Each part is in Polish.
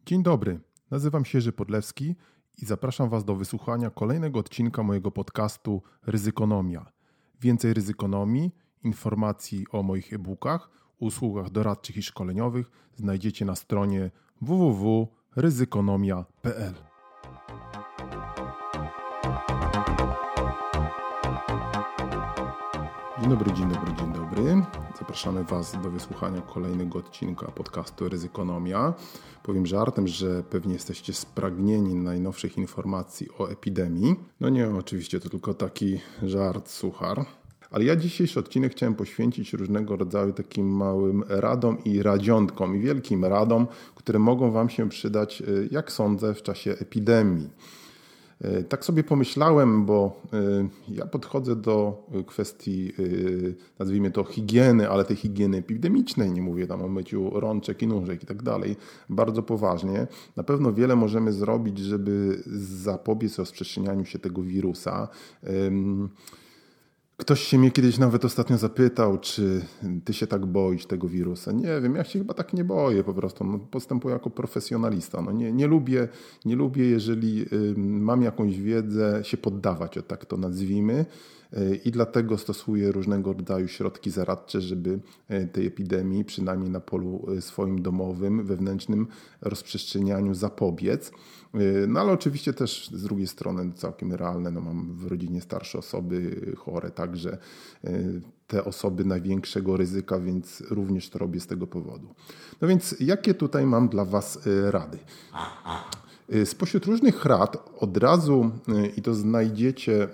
Dzień dobry, nazywam się Jerzy Podlewski i zapraszam Was do wysłuchania kolejnego odcinka mojego podcastu Ryzykonomia. Więcej ryzykonomii, informacji o moich e-bookach, usługach doradczych i szkoleniowych znajdziecie na stronie www.ryzykonomia.pl. Dzień dobry. Zapraszamy Was do wysłuchania kolejnego odcinka podcastu Ryzykonomia. Powiem żartem, że pewnie jesteście spragnieni najnowszych informacji o epidemii. No nie, oczywiście to tylko taki żart, suchar. Ale ja dzisiejszy odcinek chciałem poświęcić różnego rodzaju takim małym radom i radziątkom i wielkim radom, które mogą Wam się przydać, jak sądzę, w czasie epidemii. Tak sobie pomyślałem, bo ja podchodzę do kwestii, nazwijmy to higieny, ale tej higieny epidemicznej, nie mówię tam o myciu rączek i nóżek i tak dalej, bardzo poważnie. Na pewno wiele możemy zrobić, żeby zapobiec rozprzestrzenianiu się tego wirusa. Ktoś się mnie kiedyś nawet ostatnio zapytał, czy ty się tak boisz tego wirusa. Nie wiem, ja się chyba tak nie boję po prostu. Postępuję jako profesjonalista. Nie lubię, jeżeli mam jakąś wiedzę, się poddawać, o tak to nazwijmy. I dlatego stosuję różnego rodzaju środki zaradcze, żeby tej epidemii, przynajmniej na polu swoim domowym, wewnętrznym rozprzestrzenianiu zapobiec. No ale oczywiście też z drugiej strony całkiem realne, mam w rodzinie starsze osoby chore, także te osoby największego ryzyka, więc również to robię z tego powodu. No więc jakie tutaj mam dla Was rady? Spośród różnych rad od razu, i to znajdziecie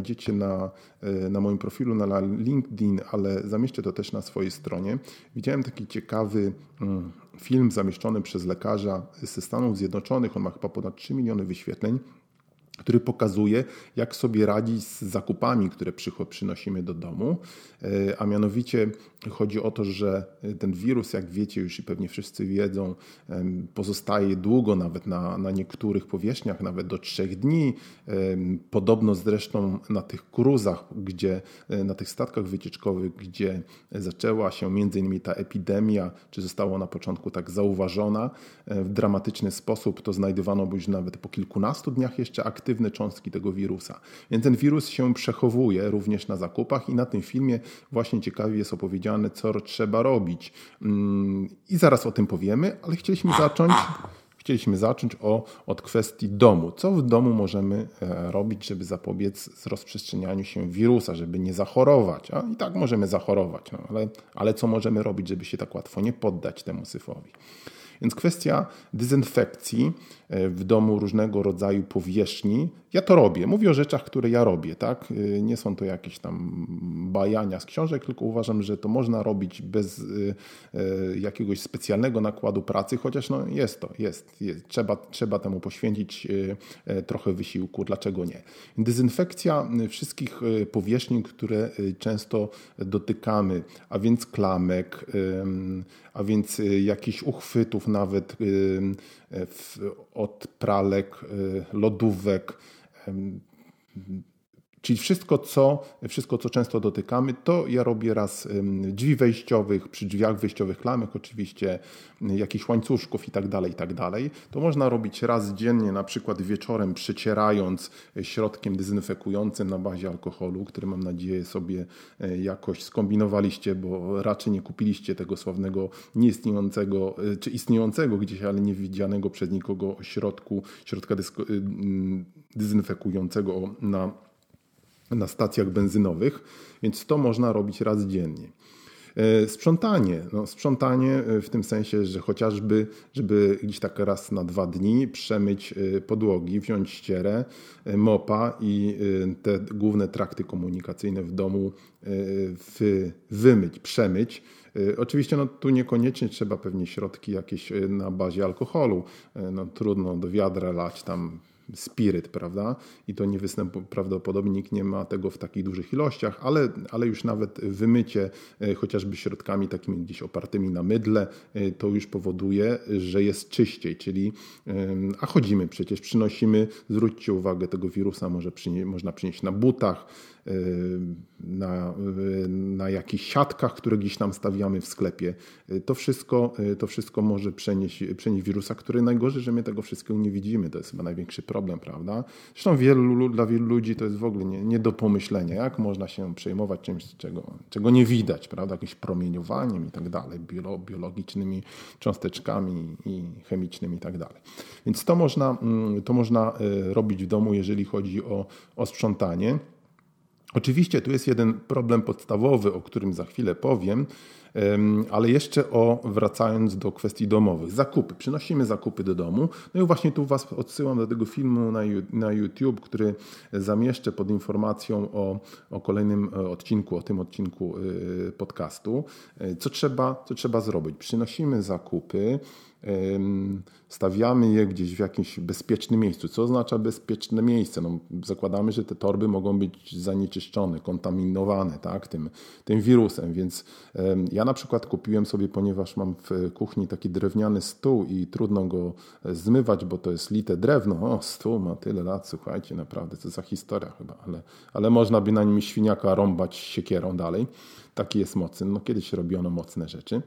na moim profilu na LinkedIn, ale zamieszczę to też na swojej stronie. Widziałem taki ciekawy film zamieszczony przez lekarza ze Stanów Zjednoczonych. On ma chyba ponad 3 miliony wyświetleń, który pokazuje, jak sobie radzić z zakupami, które przynosimy do domu. A mianowicie chodzi o to, że ten wirus, jak wiecie już i pewnie wszyscy wiedzą, pozostaje długo, nawet na niektórych powierzchniach, nawet do 3 dni. Podobno zresztą na tych cruzach, na tych statkach wycieczkowych, gdzie zaczęła się między innymi ta epidemia, czy została na początku tak zauważona w dramatyczny sposób, to znajdowano już nawet po kilkunastu dniach jeszcze aktywne cząstki tego wirusa. Więc ten wirus się przechowuje również na zakupach i na tym filmie właśnie ciekawie jest opowiedziane, co trzeba robić. I zaraz o tym powiemy, ale chcieliśmy zacząć od kwestii domu. Co w domu możemy robić, żeby zapobiec rozprzestrzenianiu się wirusa, żeby nie zachorować? I tak możemy zachorować, ale co możemy robić, żeby się tak łatwo nie poddać temu syfowi? Więc kwestia dezynfekcji w domu różnego rodzaju powierzchni. Ja to robię. Mówię o rzeczach, które ja robię, tak? Nie są to jakieś tam bajania z książek, tylko uważam, że to można robić bez jakiegoś specjalnego nakładu pracy, chociaż jest. Trzeba temu poświęcić trochę wysiłku. Dlaczego nie? Dezynfekcja wszystkich powierzchni, które często dotykamy, a więc klamek, a więc jakichś uchwytów nawet od pralek, lodówek, czyli wszystko, co często dotykamy, to ja robię raz drzwi wejściowych, przy drzwiach wejściowych klamek oczywiście, jakichś łańcuszków i tak dalej. To można robić raz dziennie, na przykład wieczorem przecierając środkiem dezynfekującym na bazie alkoholu, który mam nadzieję sobie jakoś skombinowaliście, bo raczej nie kupiliście tego sławnego, nieistniejącego, czy istniejącego gdzieś, ale niewidzianego przez nikogo środka dezynfekującego na stacjach benzynowych, więc to można robić raz dziennie. Sprzątanie w tym sensie, że chociażby, żeby gdzieś tak raz na 2 dni przemyć podłogi, wziąć ścierę, mopa i te główne trakty komunikacyjne w domu przemyć. Oczywiście tu niekoniecznie trzeba pewnie środki jakieś na bazie alkoholu. Trudno do wiadra lać tam spiryt, prawda? I to nie prawdopodobnie nikt nie ma tego w takich dużych ilościach, ale już nawet wymycie chociażby środkami takimi gdzieś opartymi na mydle, to już powoduje, że jest czyściej, czyli a chodzimy przecież, przynosimy, zwróćcie uwagę, tego wirusa można przynieść na butach, na jakichś siatkach, które gdzieś tam stawiamy w sklepie. To wszystko może przenieść wirusa, który najgorzej, że my tego wszystkiego nie widzimy. To jest chyba największy problem, prawda? Zresztą dla wielu ludzi to jest w ogóle nie do pomyślenia. Jak można się przejmować czymś, czego nie widać, prawda? Jakimś promieniowaniem i tak dalej, biologicznymi cząsteczkami i chemicznymi i tak dalej. Więc to można robić w domu, jeżeli chodzi o sprzątanie. Oczywiście tu jest jeden problem podstawowy, o którym za chwilę powiem, ale jeszcze wracając do kwestii domowych. Zakupy. Przynosimy zakupy do domu. No i właśnie tu Was odsyłam do tego filmu na YouTube, który zamieszczę pod informacją o kolejnym odcinku, o tym odcinku podcastu. Co trzeba zrobić? Przynosimy zakupy, stawiamy je gdzieś w jakimś bezpiecznym miejscu. Co oznacza bezpieczne miejsce? No, zakładamy, że te torby mogą być zanieczyszczone, kontaminowane, tak, tym wirusem, więc ja na przykład kupiłem sobie, ponieważ mam w kuchni taki drewniany stół i trudno go zmywać, bo to jest lite drewno. Stół ma tyle lat, słuchajcie, naprawdę, to za historia chyba, ale można by na nim świniaka rąbać siekierą dalej. Taki jest mocny. No, kiedyś robiono mocne rzeczy.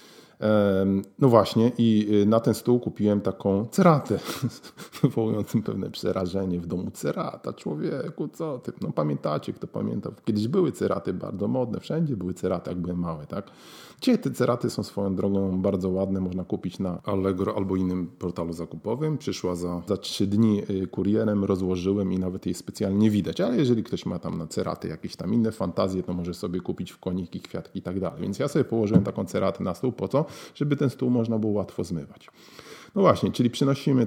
No właśnie i na ten stół kupiłem taką ceratę, wywołującą pewne przerażenie w domu. Cerata, człowieku, co ty? No pamiętacie, kto pamięta, kiedyś były ceraty bardzo modne, wszędzie były ceraty, jak były małe, tak? Dzisiaj te ceraty są swoją drogą bardzo ładne, można kupić na Allegro albo innym portalu zakupowym. Przyszła za 3 dni kurierem, rozłożyłem i nawet jej specjalnie nie widać, ale jeżeli ktoś ma tam na ceraty jakieś tam inne fantazje, to może sobie kupić w koniki, kwiatki i tak dalej. Więc ja sobie położyłem taką ceratę na stół, po co? Żeby ten stół można było łatwo zmywać. No właśnie, czyli przynosimy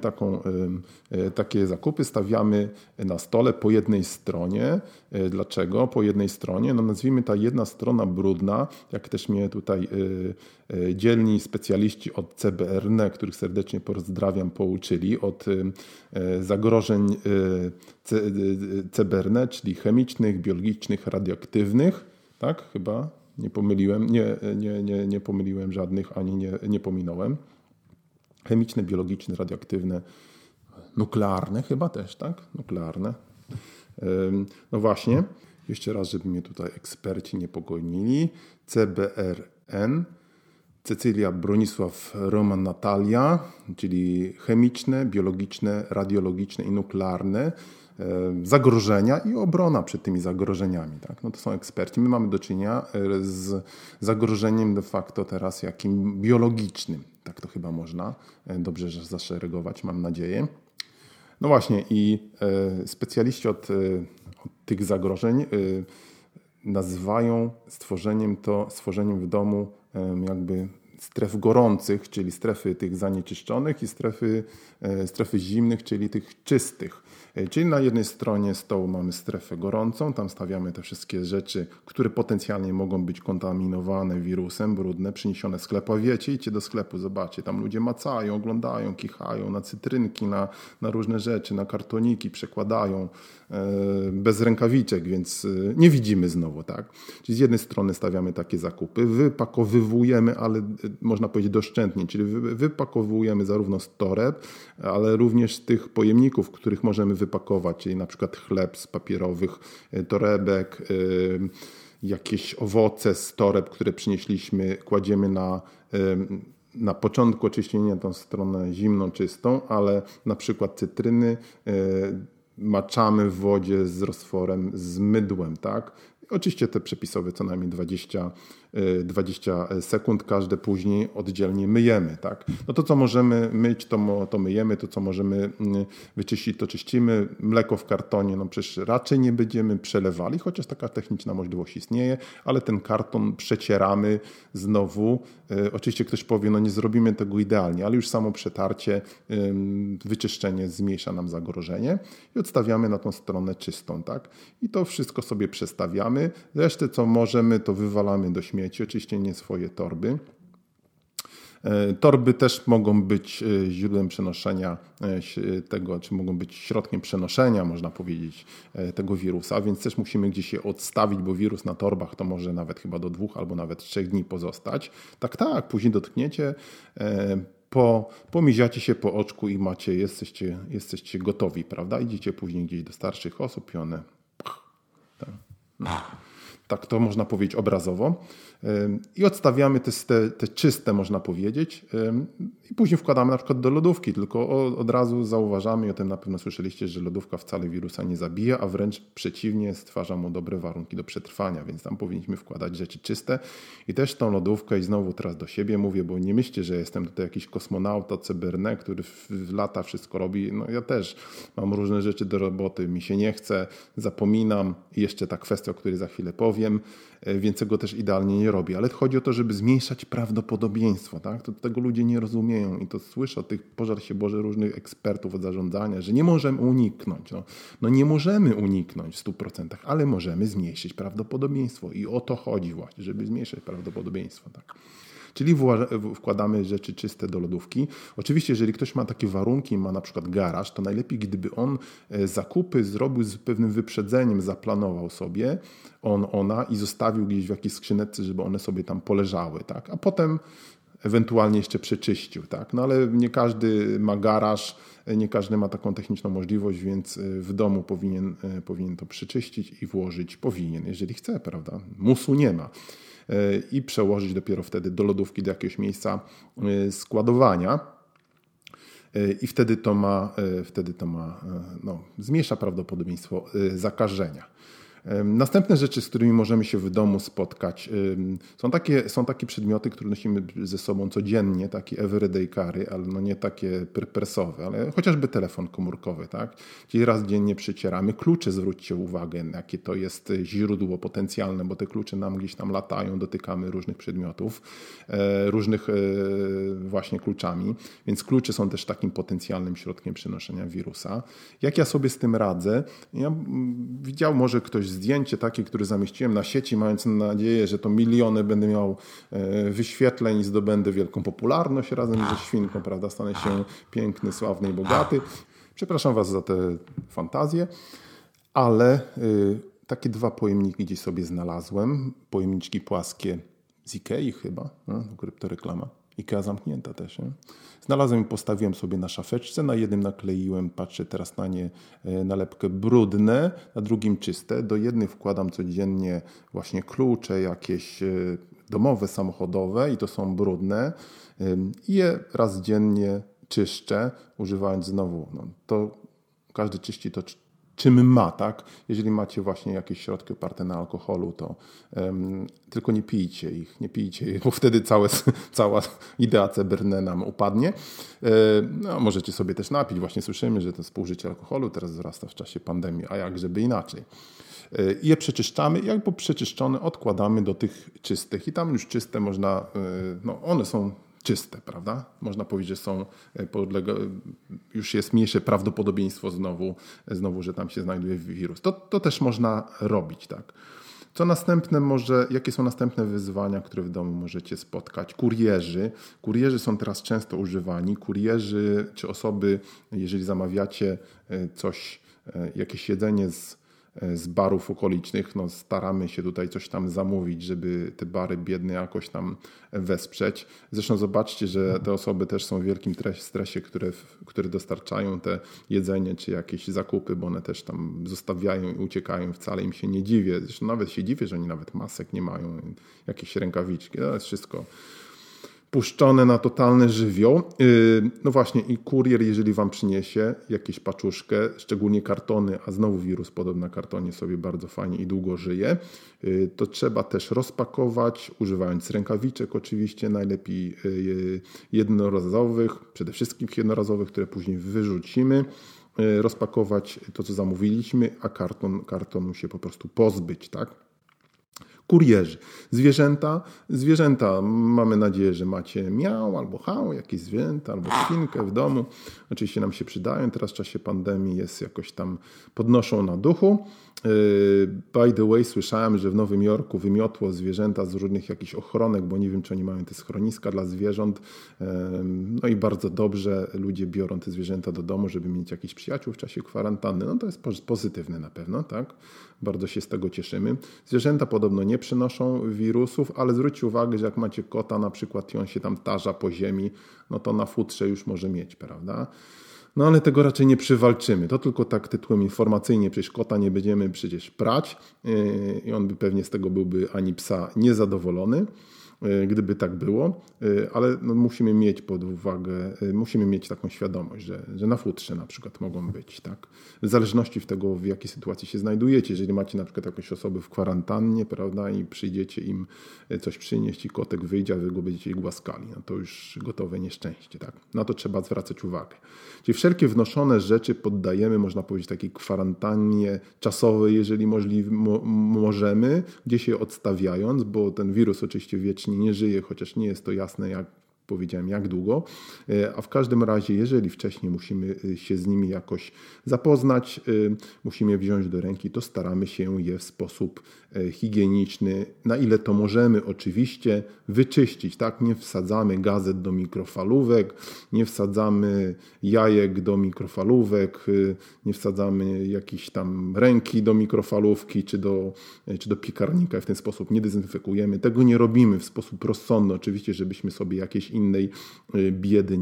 takie zakupy, stawiamy na stole po jednej stronie. Dlaczego? Po jednej stronie, no nazwijmy ta jedna strona brudna, jak też mnie tutaj dzielni specjaliści od CBRN, których serdecznie pozdrawiam, pouczyli od zagrożeń CBRN, czyli chemicznych, biologicznych, radioaktywnych, tak? Chyba nie pomyliłem, nie pomyliłem żadnych, ani nie pominąłem. Chemiczne, biologiczne, radioaktywne, nuklearne chyba też, tak? Nuklearne. No właśnie, jeszcze raz, żeby mnie tutaj eksperci nie pogonili. CBRN, Cecylia, Bronisław, Roman, Natalia, czyli chemiczne, biologiczne, radiologiczne i nuklearne zagrożenia i obrona przed tymi zagrożeniami. Tak? No to są eksperci. My mamy do czynienia z zagrożeniem de facto teraz jakim biologicznym. Tak to chyba można dobrze zaszeregować, mam nadzieję. No właśnie i specjaliści od tych zagrożeń nazywają stworzeniem w domu jakby stref gorących, czyli strefy tych zanieczyszczonych i strefy zimnych, czyli tych czystych. Czyli na jednej stronie stołu mamy strefę gorącą, tam stawiamy te wszystkie rzeczy, które potencjalnie mogą być kontaminowane wirusem, brudne, przyniesione z sklepu. A wiecie, idźcie do sklepu, zobaczcie, tam ludzie macają, oglądają, kichają na cytrynki, na różne rzeczy, na kartoniki, przekładają bez rękawiczek, więc nie widzimy znowu, tak? Czyli z jednej strony stawiamy takie zakupy, wypakowywujemy, ale można powiedzieć doszczętnie, czyli wypakowujemy zarówno z toreb, ale również tych pojemników, w których możemy wypakować, czyli na przykład chleb z papierowych torebek, jakieś owoce z toreb, które przynieśliśmy, kładziemy na początku oczywiście nie na tą stronę zimną, czystą, ale na przykład cytryny maczamy w wodzie z roztworem, z mydłem, tak? Oczywiście te przepisowe co najmniej 20 sekund, każde później oddzielnie myjemy. Tak? No to co możemy myć, to myjemy, to co możemy wyczyścić, to czyścimy. Mleko w kartonie, no przecież raczej nie będziemy przelewali, chociaż taka techniczna możliwość istnieje, ale ten karton przecieramy znowu. Oczywiście ktoś powie, no nie zrobimy tego idealnie, ale już samo przetarcie, wyczyszczenie zmniejsza nam zagrożenie i odstawiamy na tą stronę czystą. Tak? I to wszystko sobie przestawiamy. Resztę co możemy, to wywalamy do śmieci, oczywiście nie swoje torby. Torby też mogą być źródłem przenoszenia tego, czy mogą być środkiem przenoszenia, można powiedzieć, tego wirusa, więc też musimy gdzieś je odstawić, bo wirus na torbach to może nawet chyba do 2 albo nawet 3 dni pozostać. Tak, później dotkniecie, pomiziacie się po oczku i jesteście gotowi, prawda? Idziecie później gdzieś do starszych osób i one... Tak. Tak to można powiedzieć obrazowo. I odstawiamy te czyste, można powiedzieć, i później wkładamy na przykład do lodówki, tylko od razu zauważamy, i o tym na pewno słyszeliście, że lodówka wcale wirusa nie zabija, a wręcz przeciwnie, stwarza mu dobre warunki do przetrwania, więc tam powinniśmy wkładać rzeczy czyste. I też tą lodówkę, i znowu teraz do siebie mówię, bo nie myślcie, że jestem tutaj jakiś kosmonauta, cybernek, który w lata wszystko robi. No ja też mam różne rzeczy do roboty, mi się nie chce, zapominam. I jeszcze ta kwestia, o której za chwilę powiem, więc tego też idealnie nie robię. Ale chodzi o to, żeby zmniejszać prawdopodobieństwo. Tak? To tego ludzie nie rozumieją i to słyszę od tych, pożar się Boże, różnych ekspertów od zarządzania, że nie możemy uniknąć. No nie możemy uniknąć w 100%, ale możemy zmniejszyć prawdopodobieństwo i o to chodzi właśnie, żeby zmniejszyć prawdopodobieństwo. Tak? Czyli wkładamy rzeczy czyste do lodówki. Oczywiście, jeżeli ktoś ma takie warunki, ma na przykład garaż, to najlepiej, gdyby on zakupy zrobił z pewnym wyprzedzeniem, zaplanował sobie ona i zostawił gdzieś w jakiejś skrzyneczce, żeby one sobie tam poleżały, tak? A potem ewentualnie jeszcze przeczyścił, tak? No ale nie każdy ma garaż, nie każdy ma taką techniczną możliwość, więc w domu powinien to przeczyścić i włożyć jeżeli chce, prawda? Musu nie ma. I przełożyć dopiero wtedy do lodówki, do jakiegoś miejsca składowania. I wtedy to ma zmniejsza prawdopodobieństwo zakażenia. Następne rzeczy, z którymi możemy się w domu spotkać, są takie przedmioty, które nosimy ze sobą codziennie, takie everyday carry, ale no nie takie purpose'owe, ale chociażby telefon komórkowy, tak? Czyli raz dziennie przycieramy. Klucze, zwróćcie uwagę, jakie to jest źródło potencjalne, bo te klucze nam gdzieś tam latają, dotykamy różnych przedmiotów, różnych właśnie kluczami, więc klucze są też takim potencjalnym środkiem przenoszenia wirusa. Jak ja sobie z tym radzę? Ja widział może ktoś zdjęcie takie, które zamieściłem na sieci, mając nadzieję, że to miliony będę miał wyświetleń i zdobędę wielką popularność razem ze świnką, prawda? Stanę się piękny, sławny i bogaty. Przepraszam Was za te fantazje, ale takie 2 pojemniki gdzieś sobie znalazłem. Pojemniczki płaskie z Ikei chyba, kryptoreklama. Ikea zamknięta też. Nie? Znalazłem i postawiłem sobie na szafeczce. Na jednym nakleiłem, patrzę teraz na nie, nalepkę brudne, na drugim czyste. Do jednych wkładam codziennie właśnie klucze jakieś domowe, samochodowe i to są brudne. I je raz dziennie czyszczę, używając znowu. To każdy czyści to czym ma, tak? Jeżeli macie właśnie jakieś środki oparte na alkoholu, to tylko nie pijcie ich, bo wtedy cała idea CBRNE nam upadnie. Możecie sobie też napić. Właśnie słyszymy, że to spożycie alkoholu teraz wzrasta w czasie pandemii, a jak żeby inaczej. I je przeczyszczamy i jak po przeczyszczone odkładamy do tych czystych i tam już czyste można, one są czyste, prawda? Można powiedzieć, że już jest mniejsze prawdopodobieństwo znowu, że tam się znajduje wirus. To też można robić, tak? Co następne jakie są następne wyzwania, które w domu możecie spotkać? Kurierzy są teraz często używani. Kurierzy czy osoby, jeżeli zamawiacie coś, jakieś jedzenie z barów okolicznych, staramy się tutaj coś tam zamówić, żeby te bary biedne jakoś tam wesprzeć. Zresztą zobaczcie, że te osoby też są w wielkim stresie, które dostarczają te jedzenie czy jakieś zakupy, bo one też tam zostawiają i uciekają. Wcale im się nie dziwię. Zresztą nawet się dziwię, że oni nawet masek nie mają, jakieś rękawiczki. To jest wszystko puszczone na totalny żywioł. No właśnie i kurier, jeżeli Wam przyniesie jakieś paczuszkę, szczególnie kartony, a znowu wirus podobny na kartonie sobie bardzo fajnie i długo żyje, to trzeba też rozpakować, używając rękawiczek oczywiście, najlepiej jednorazowych, przede wszystkim jednorazowych, które później wyrzucimy, rozpakować to, co zamówiliśmy, a kartonu się po prostu pozbyć, tak? Kurierzy. Zwierzęta, mamy nadzieję, że macie miał albo hał, jakieś zwierzęta, albo świnkę w domu. Oczywiście nam się przydają. Teraz w czasie pandemii jakoś tam podnoszą na duchu. By the way, słyszałem, że w Nowym Jorku wymiotło zwierzęta z różnych jakichś ochronek, bo nie wiem, czy oni mają te schroniska dla zwierząt. No i bardzo dobrze ludzie biorą te zwierzęta do domu, żeby mieć jakichś przyjaciół w czasie kwarantanny. No to jest pozytywne na pewno, tak? Bardzo się z tego cieszymy. Zwierzęta podobno nie przynoszą wirusów, ale zwróćcie uwagę, że jak macie kota na przykład i on się tam tarza po ziemi, no to na futrze już może mieć, prawda? No ale tego raczej nie przywalczymy. To tylko tak tytułem informacyjnie, przecież kota nie będziemy przecież prać i on by pewnie z tego byłby ani psa niezadowolony, gdyby tak było, ale no musimy mieć pod uwagę, musimy mieć taką świadomość, że na futrze na przykład mogą być, tak? W zależności od tego, w jakiej sytuacji się znajdujecie. Jeżeli macie na przykład jakieś osoby w kwarantannie, prawda, i przyjdziecie im coś przynieść i kotek wyjdzie, a wy go będziecie ich głaskali, no to już gotowe nieszczęście, tak? Na to trzeba zwracać uwagę. Czyli wszelkie wnoszone rzeczy poddajemy, można powiedzieć, takiej kwarantannie czasowej, jeżeli możemy, gdzieś je odstawiając, bo ten wirus oczywiście wiecznie nie żyje, chociaż nie jest to jasne, jak powiedziałem, jak długo, a w każdym razie, jeżeli wcześniej musimy się z nimi jakoś zapoznać, musimy je wziąć do ręki, to staramy się je w sposób higieniczny, na ile to możemy oczywiście wyczyścić, tak? Nie wsadzamy gazet do mikrofalówek, nie wsadzamy jajek do mikrofalówek, nie wsadzamy jakiejś tam ręki do mikrofalówki czy do piekarnika i w ten sposób nie dezynfekujemy. Tego nie robimy w sposób rozsądny, oczywiście, żebyśmy sobie jakiejś innej biedy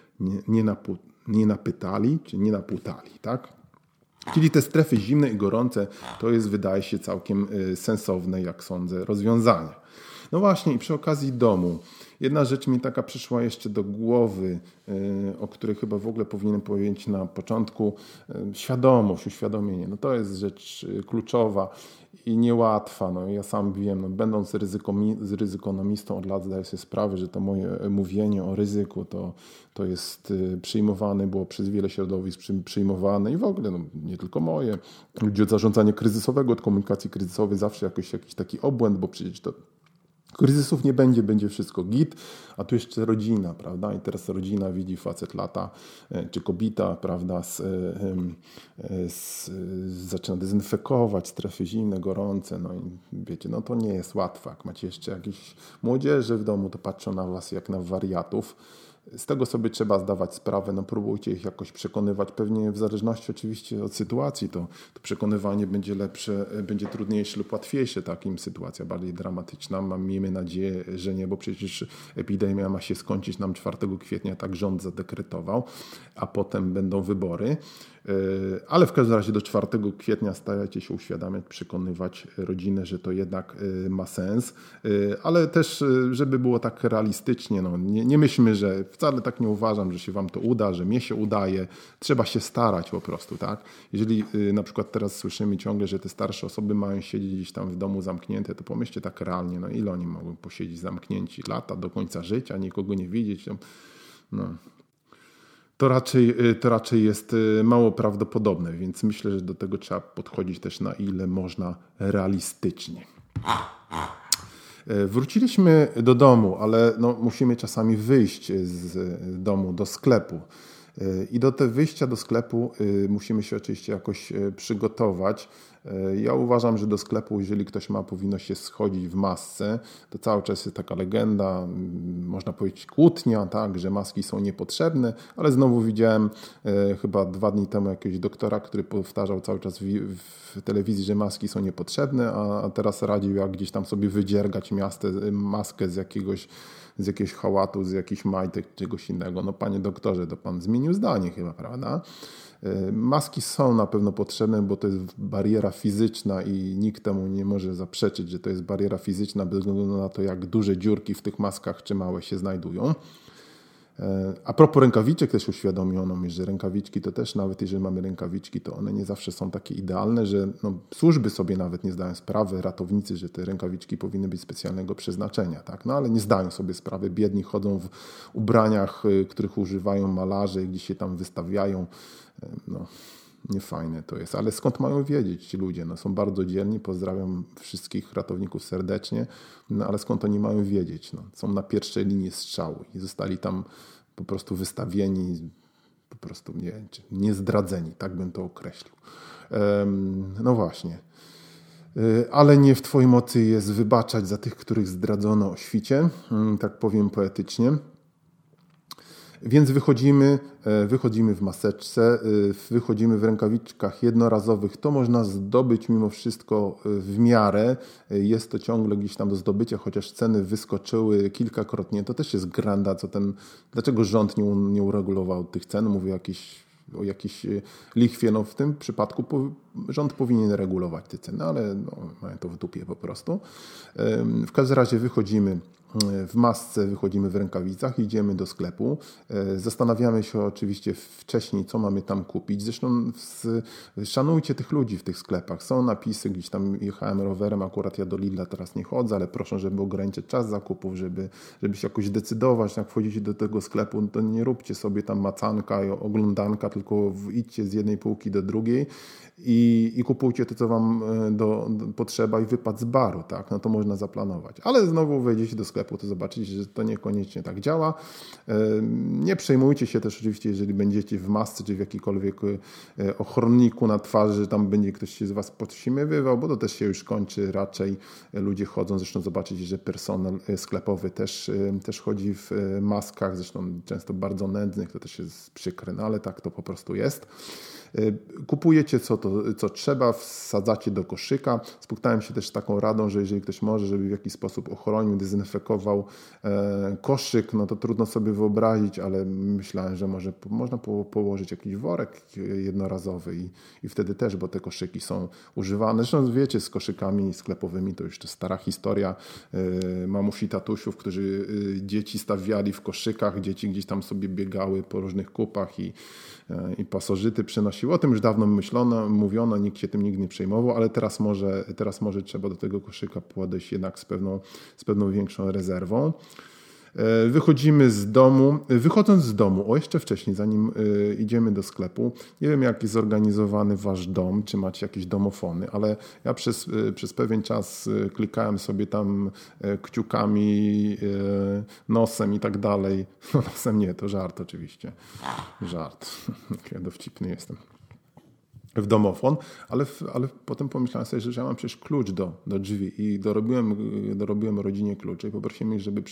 nie napytali, czy nie napłutali, tak? Czyli te strefy zimne i gorące to jest, wydaje się, całkiem sensowne, jak sądzę, rozwiązanie. No właśnie i przy okazji domu. Jedna rzecz mi taka przyszła jeszcze do głowy, o której chyba w ogóle powinienem powiedzieć na początku. Świadomość, uświadomienie. No to jest rzecz kluczowa i niełatwa. No ja sam wiem, no będąc ryzykonomistą od lat zdaję sobie sprawę, że to moje mówienie o ryzyku to jest przyjmowane, było przez wiele środowisk przyjmowane i w ogóle no, nie tylko moje. Ludzi od zarządzania kryzysowego, od komunikacji kryzysowej zawsze jakiś taki obłęd, bo przecież to kryzysów nie będzie, będzie wszystko git, a tu jeszcze rodzina, prawda? I teraz rodzina widzi, facet lata, czy kobieta, prawda, zaczyna dezynfekować strefy zimne, gorące, no i wiecie, no to nie jest łatwe. Jak macie jeszcze jakieś młodzieży w domu, to patrzą na was jak na wariatów. Z tego sobie trzeba zdawać sprawę, no próbujcie ich jakoś przekonywać, pewnie w zależności oczywiście od sytuacji, to przekonywanie będzie lepsze, będzie trudniejsze lub łatwiejsze, tak, im sytuacja bardziej dramatyczna, miejmy nadzieję, że nie, bo przecież epidemia ma się skończyć nam 4 kwietnia, tak rząd zadekretował, a potem będą wybory. Ale w każdym razie do 4 kwietnia starajcie się uświadamiać, przekonywać rodzinę, że to jednak ma sens, ale też, żeby było tak realistycznie, no, nie myślmy, że wcale tak nie uważam, że się wam to uda, że mnie się udaje, trzeba się starać po prostu, tak? Jeżeli na przykład teraz słyszymy ciągle, że te starsze osoby mają siedzieć gdzieś tam w domu zamknięte, to pomyślcie tak realnie, no ile oni mogą posiedzieć zamknięci, lata do końca życia, nikogo nie widzieć, no. To raczej jest mało prawdopodobne, więc myślę, że do tego trzeba podchodzić też na ile można realistycznie. Wróciliśmy do domu, ale no, musimy czasami wyjść z domu do sklepu. I do tego wyjścia do sklepu musimy się oczywiście jakoś przygotować. Ja uważam, że do sklepu, jeżeli ktoś powinno się schodzić w masce. To cały czas jest taka legenda, można powiedzieć kłótnia, tak, że maski są niepotrzebne, ale znowu widziałem chyba 2 dni temu jakiegoś doktora, który powtarzał cały czas w telewizji, że maski są niepotrzebne, a teraz radził, jak gdzieś tam sobie wydziergać maskę z jakiegoś hałatu, z jakichś majtek, czegoś innego. No panie doktorze, to pan zmienił zdanie chyba, prawda? Maski są na pewno potrzebne, bo to jest bariera fizyczna i nikt temu nie może zaprzeczyć, że to jest bariera fizyczna bez względu na to, jak duże dziurki w tych maskach czy małe się znajdują. A propos rękawiczek też uświadomiono mi, że rękawiczki to też, nawet jeżeli mamy rękawiczki, to one nie zawsze są takie idealne, że no, służby sobie nawet nie zdają sprawy, ratownicy, że te rękawiczki powinny być specjalnego przeznaczenia, tak? No ale nie zdają sobie sprawy, biedni chodzą w ubraniach, których używają malarze, gdzieś się tam wystawiają, no niefajne to jest, ale skąd mają wiedzieć ci ludzie? No, są bardzo dzielni, pozdrawiam wszystkich ratowników serdecznie, no ale skąd oni mają wiedzieć? No, są na pierwszej linii strzału i zostali tam po prostu wystawieni, po prostu nie zdradzeni, tak bym to określił. No właśnie. Ale nie w twojej mocy jest wybaczać za tych, których zdradzono o świcie, tak powiem poetycznie. Więc wychodzimy w maseczce, wychodzimy w rękawiczkach jednorazowych. To można zdobyć mimo wszystko w miarę. Jest to ciągle gdzieś tam do zdobycia, chociaż ceny wyskoczyły kilkakrotnie. To też jest granda, dlaczego rząd nie uregulował tych cen. Mówię o jakichś o jakiejś lichwie. No w tym przypadku rząd powinien regulować te ceny, ale mają to w dupie po prostu. W każdym razie wychodzimy w masce, wychodzimy w rękawicach, idziemy do sklepu. Zastanawiamy się oczywiście wcześniej, co mamy tam kupić. Zresztą szanujcie tych ludzi w tych sklepach. Są napisy, gdzieś tam jechałem rowerem, akurat ja do Lidla teraz nie chodzę, ale proszę, żeby ograniczyć czas zakupów, żeby się jakoś decydować, jak wchodzicie do tego sklepu, to nie róbcie sobie tam macanka i oglądanka, tylko idźcie z jednej półki do drugiej i kupujcie to, co wam potrzeba i wypad z baru, tak? No to można zaplanować. Ale znowu wejdziecie do sklepu, to zobaczycie, że to niekoniecznie tak działa. Nie przejmujcie się też oczywiście, jeżeli będziecie w masce czy w jakikolwiek ochronniku na twarzy, tam będzie ktoś się z was podśmiewywał, bo to też się już kończy. Raczej ludzie chodzą, zresztą zobaczycie, że personel sklepowy też chodzi w maskach, zresztą często bardzo nędznych, to też jest przykre, no ale tak to po prostu jest. Kupujecie co trzeba, wsadzacie do koszyka. Spotkałem się też z taką radą, że jeżeli ktoś może, żeby w jakiś sposób ochronił, dezynfekował koszyk, no to trudno sobie wyobrazić, ale myślałem, że można położyć jakiś worek jednorazowy i wtedy też, bo te koszyki są używane. Zresztą wiecie, z koszykami sklepowymi to już to stara historia mamusi i tatusiów, którzy dzieci stawiali w koszykach, dzieci gdzieś tam sobie biegały po różnych kupach i pasożyty przynosiły. O tym już dawno mówiono, nikt się tym nigdy nie przejmował, ale teraz może trzeba do tego koszyka podejść jednak z pewną większą rezerwą. Wychodząc z domu, jeszcze wcześniej, zanim idziemy do sklepu, nie wiem, jak jest zorganizowany wasz dom, czy macie jakieś domofony, ale ja przez pewien czas klikałem sobie tam kciukami, nosem i tak dalej. No, nosem nie, to żart oczywiście. Żart. Ja dowcipny jestem. W domofon, ale potem pomyślałem sobie, że ja mam przecież klucz do drzwi i dorobiłem rodzinie klucze i poprosiłem ich, żeby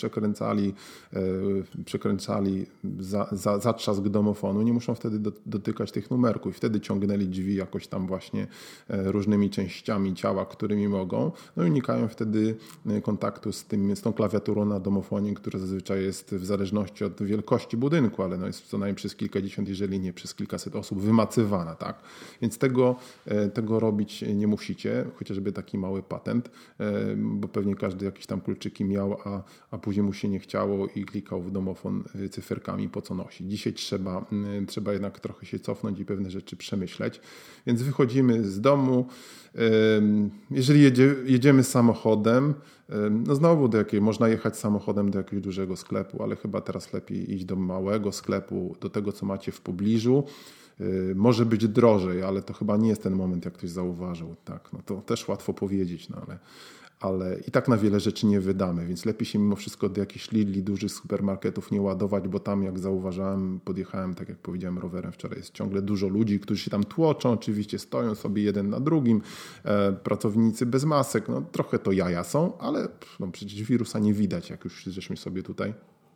przekręcali zatrzask domofonu. Nie muszą wtedy dotykać tych numerków i wtedy ciągnęli drzwi jakoś tam właśnie różnymi częściami ciała, którymi mogą. No i unikają wtedy kontaktu z tą klawiaturą na domofonie, która zazwyczaj jest w zależności od wielkości budynku, ale no jest co najmniej przez kilkadziesiąt, jeżeli nie przez kilkaset osób wymacywana, tak? Więc tego robić nie musicie, chociażby taki mały patent, bo pewnie każdy jakieś tam kluczyki miał, a później mu się nie chciało i klikał w domofon cyferkami, po co nosić. Dzisiaj trzeba jednak trochę się cofnąć i pewne rzeczy przemyśleć. Więc wychodzimy z domu. Jeżeli jedziemy samochodem, no znowu można jechać samochodem do jakiegoś dużego sklepu, ale chyba teraz lepiej iść do małego sklepu, do tego, co macie w pobliżu. Może być drożej, ale to chyba nie jest ten moment, jak ktoś zauważył. Tak, no to też łatwo powiedzieć, no ale i tak na wiele rzeczy nie wydamy, więc lepiej się mimo wszystko do jakichś Lidli, dużych supermarketów nie ładować, bo tam, jak zauważałem, podjechałem, tak jak powiedziałem, rowerem wczoraj, jest ciągle dużo ludzi, którzy się tam tłoczą, oczywiście stoją sobie jeden na drugim, pracownicy bez masek, no trochę to jaja są, ale no, przecież wirusa nie widać, jak już żeśmy sobie tutaj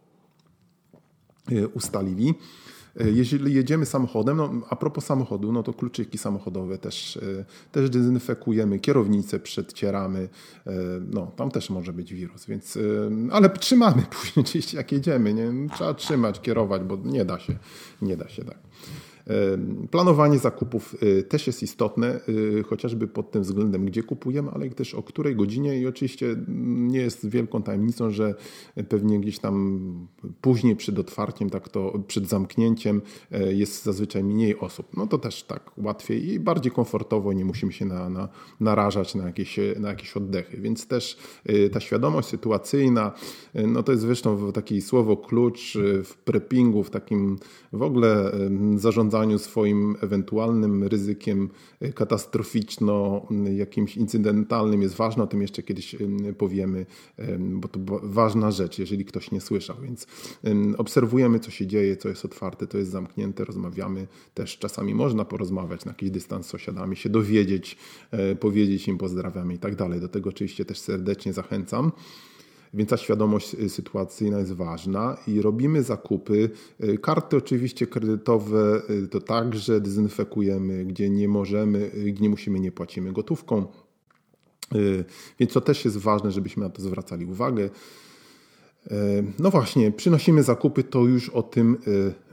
ustalili. Jeżeli jedziemy samochodem, no a propos samochodu, no to kluczyki samochodowe też dezynfekujemy, kierownicę przedcieramy, no tam też może być wirus, więc, ale trzymamy później oczywiście jak jedziemy, nie? Trzeba trzymać, kierować, bo nie da się tak. Planowanie zakupów też jest istotne, chociażby pod tym względem, gdzie kupujemy, ale też o której godzinie i oczywiście nie jest wielką tajemnicą, że pewnie gdzieś tam później przed otwarciem, tak to przed zamknięciem jest zazwyczaj mniej osób. No to też tak łatwiej i bardziej komfortowo, nie musimy się narażać na jakieś oddechy, więc też ta świadomość sytuacyjna, no to jest zresztą takie słowo klucz w preppingu, w takim w ogóle zarządzaniu swoim ewentualnym ryzykiem katastroficzno, jakimś incydentalnym jest ważne, o tym jeszcze kiedyś powiemy, bo to ważna rzecz, jeżeli ktoś nie słyszał, więc obserwujemy, co się dzieje, co jest otwarte, co jest zamknięte, rozmawiamy, też czasami można porozmawiać na jakiś dystans z sąsiadami, się dowiedzieć, powiedzieć im pozdrawiamy i tak dalej. Do tego oczywiście też serdecznie zachęcam. Więc ta świadomość sytuacyjna jest ważna i robimy zakupy. Karty oczywiście kredytowe to także dezynfekujemy, gdzie nie możemy, gdzie nie musimy, nie płacimy gotówką. Więc to też jest ważne, żebyśmy na to zwracali uwagę. No właśnie, przynosimy zakupy, to już o tym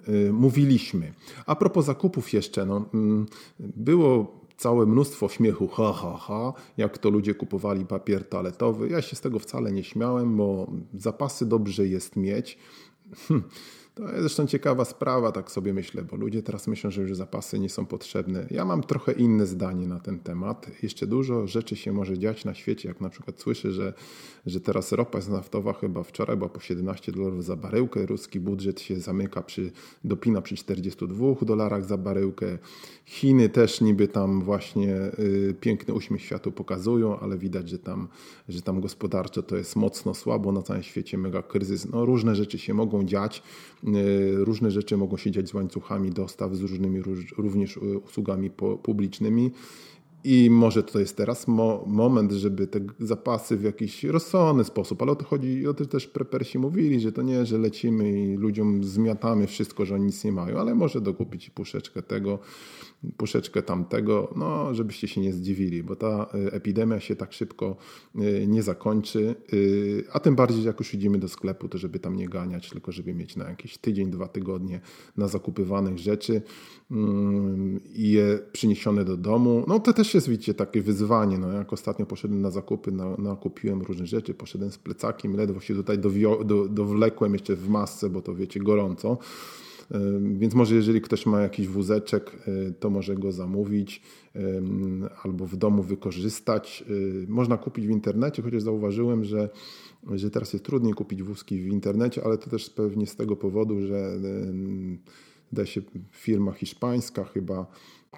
mówiliśmy. A propos zakupów jeszcze, było całe mnóstwo śmiechu, jak to ludzie kupowali papier toaletowy. Ja się z tego wcale nie śmiałem, bo zapasy dobrze jest mieć. To jest zresztą ciekawa sprawa, tak sobie myślę, bo ludzie teraz myślą, że już zapasy nie są potrzebne. Ja mam trochę inne zdanie na ten temat. Jeszcze dużo rzeczy się może dziać na świecie, jak na przykład słyszę, że teraz ropa naftowa chyba wczoraj była po $17 za baryłkę. Ruski budżet się dopina przy $42 za baryłkę. Chiny też niby tam właśnie piękny uśmiech światu pokazują, ale widać, że tam gospodarczo to jest mocno słabo, na całym świecie mega kryzys. Różne rzeczy się mogą dziać. Różne rzeczy mogą się dziać z łańcuchami dostaw, z różnymi również usługami publicznymi. I może to jest teraz moment, żeby te zapasy w jakiś rozsądny sposób, ale o to też prepersi mówili, że to nie, że lecimy i ludziom zmiatamy wszystko, że oni nic nie mają, ale może dokupić puszeczkę tego, puszeczkę tamtego, żebyście się nie zdziwili, bo ta epidemia się tak szybko nie zakończy, a tym bardziej, jak już idziemy do sklepu, to żeby tam nie ganiać, tylko żeby mieć na jakiś tydzień, 2 tygodnie na zakupywanych rzeczy i je przyniesione do domu. To też jest, widzicie, takie wyzwanie. Jak ostatnio poszedłem na zakupy, nakupiłem różne rzeczy, poszedłem z plecakiem, ledwo się tutaj dowlekłem jeszcze w masce, bo to wiecie, gorąco. Więc może jeżeli ktoś ma jakiś wózeczek, to może go zamówić albo w domu wykorzystać. Można kupić w internecie, chociaż zauważyłem, że teraz jest trudniej kupić wózki w internecie, ale to też pewnie z tego powodu, że da się firma hiszpańska chyba,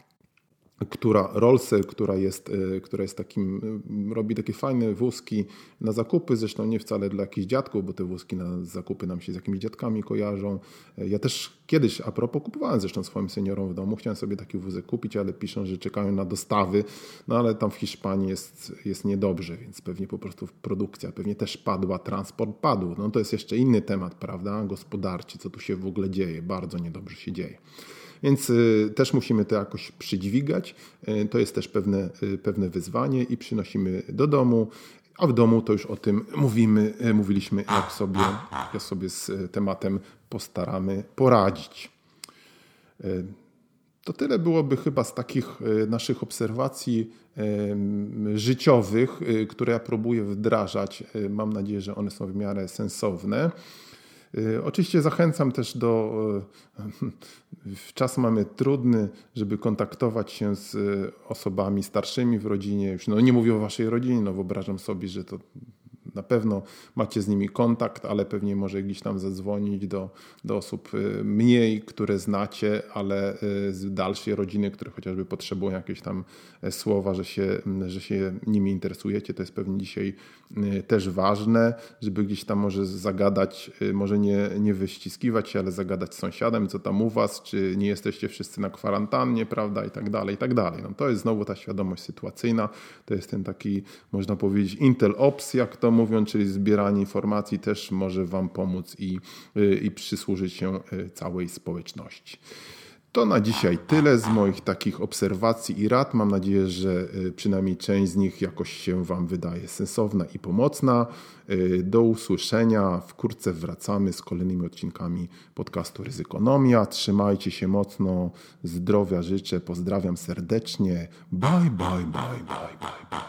Rolse, która jest takim, robi takie fajne wózki na zakupy, zresztą nie wcale dla jakichś dziadków, bo te wózki na zakupy nam się z jakimiś dziadkami kojarzą. Ja też kiedyś, a propos, kupowałem zresztą swoim seniorom w domu, chciałem sobie taki wózek kupić, ale piszą, że czekają na dostawy, ale tam w Hiszpanii jest niedobrze, więc pewnie po prostu produkcja pewnie też padła, transport padł. To jest jeszcze inny temat, prawda, gospodarczy, co tu się w ogóle dzieje, bardzo niedobrze się dzieje. Więc też musimy to jakoś przydźwigać. To jest też pewne wyzwanie i przynosimy do domu, a w domu to już o tym mówiliśmy, jak sobie z tematem postaramy poradzić. To tyle byłoby chyba z takich naszych obserwacji życiowych, które ja próbuję wdrażać. Mam nadzieję, że one są w miarę sensowne. Oczywiście zachęcam też czas mamy trudny, żeby kontaktować się z osobami starszymi w rodzinie. Już nie mówię o waszej rodzinie, wyobrażam sobie, że to na pewno macie z nimi kontakt, ale pewnie może gdzieś tam zadzwonić do osób mniej, które znacie, ale z dalszej rodziny, które chociażby potrzebują jakieś tam słowa, że się nimi interesujecie. To jest pewnie dzisiaj też ważne, żeby gdzieś tam może zagadać, może nie wyściskiwać się, ale zagadać z sąsiadem, co tam u was, czy nie jesteście wszyscy na kwarantannie, prawda, i tak dalej, i tak dalej. To jest znowu ta świadomość sytuacyjna, to jest ten taki, można powiedzieć, Intel Ops, jak to mówią, czyli zbieranie informacji też może wam pomóc i przysłużyć się całej społeczności. To na dzisiaj tyle z moich takich obserwacji i rad. Mam nadzieję, że przynajmniej część z nich jakoś się wam wydaje sensowna i pomocna. Do usłyszenia. Wkrótce wracamy z kolejnymi odcinkami podcastu Ryzykonomia. Trzymajcie się mocno. Zdrowia życzę. Pozdrawiam serdecznie. Bye, bye, bye, bye, bye.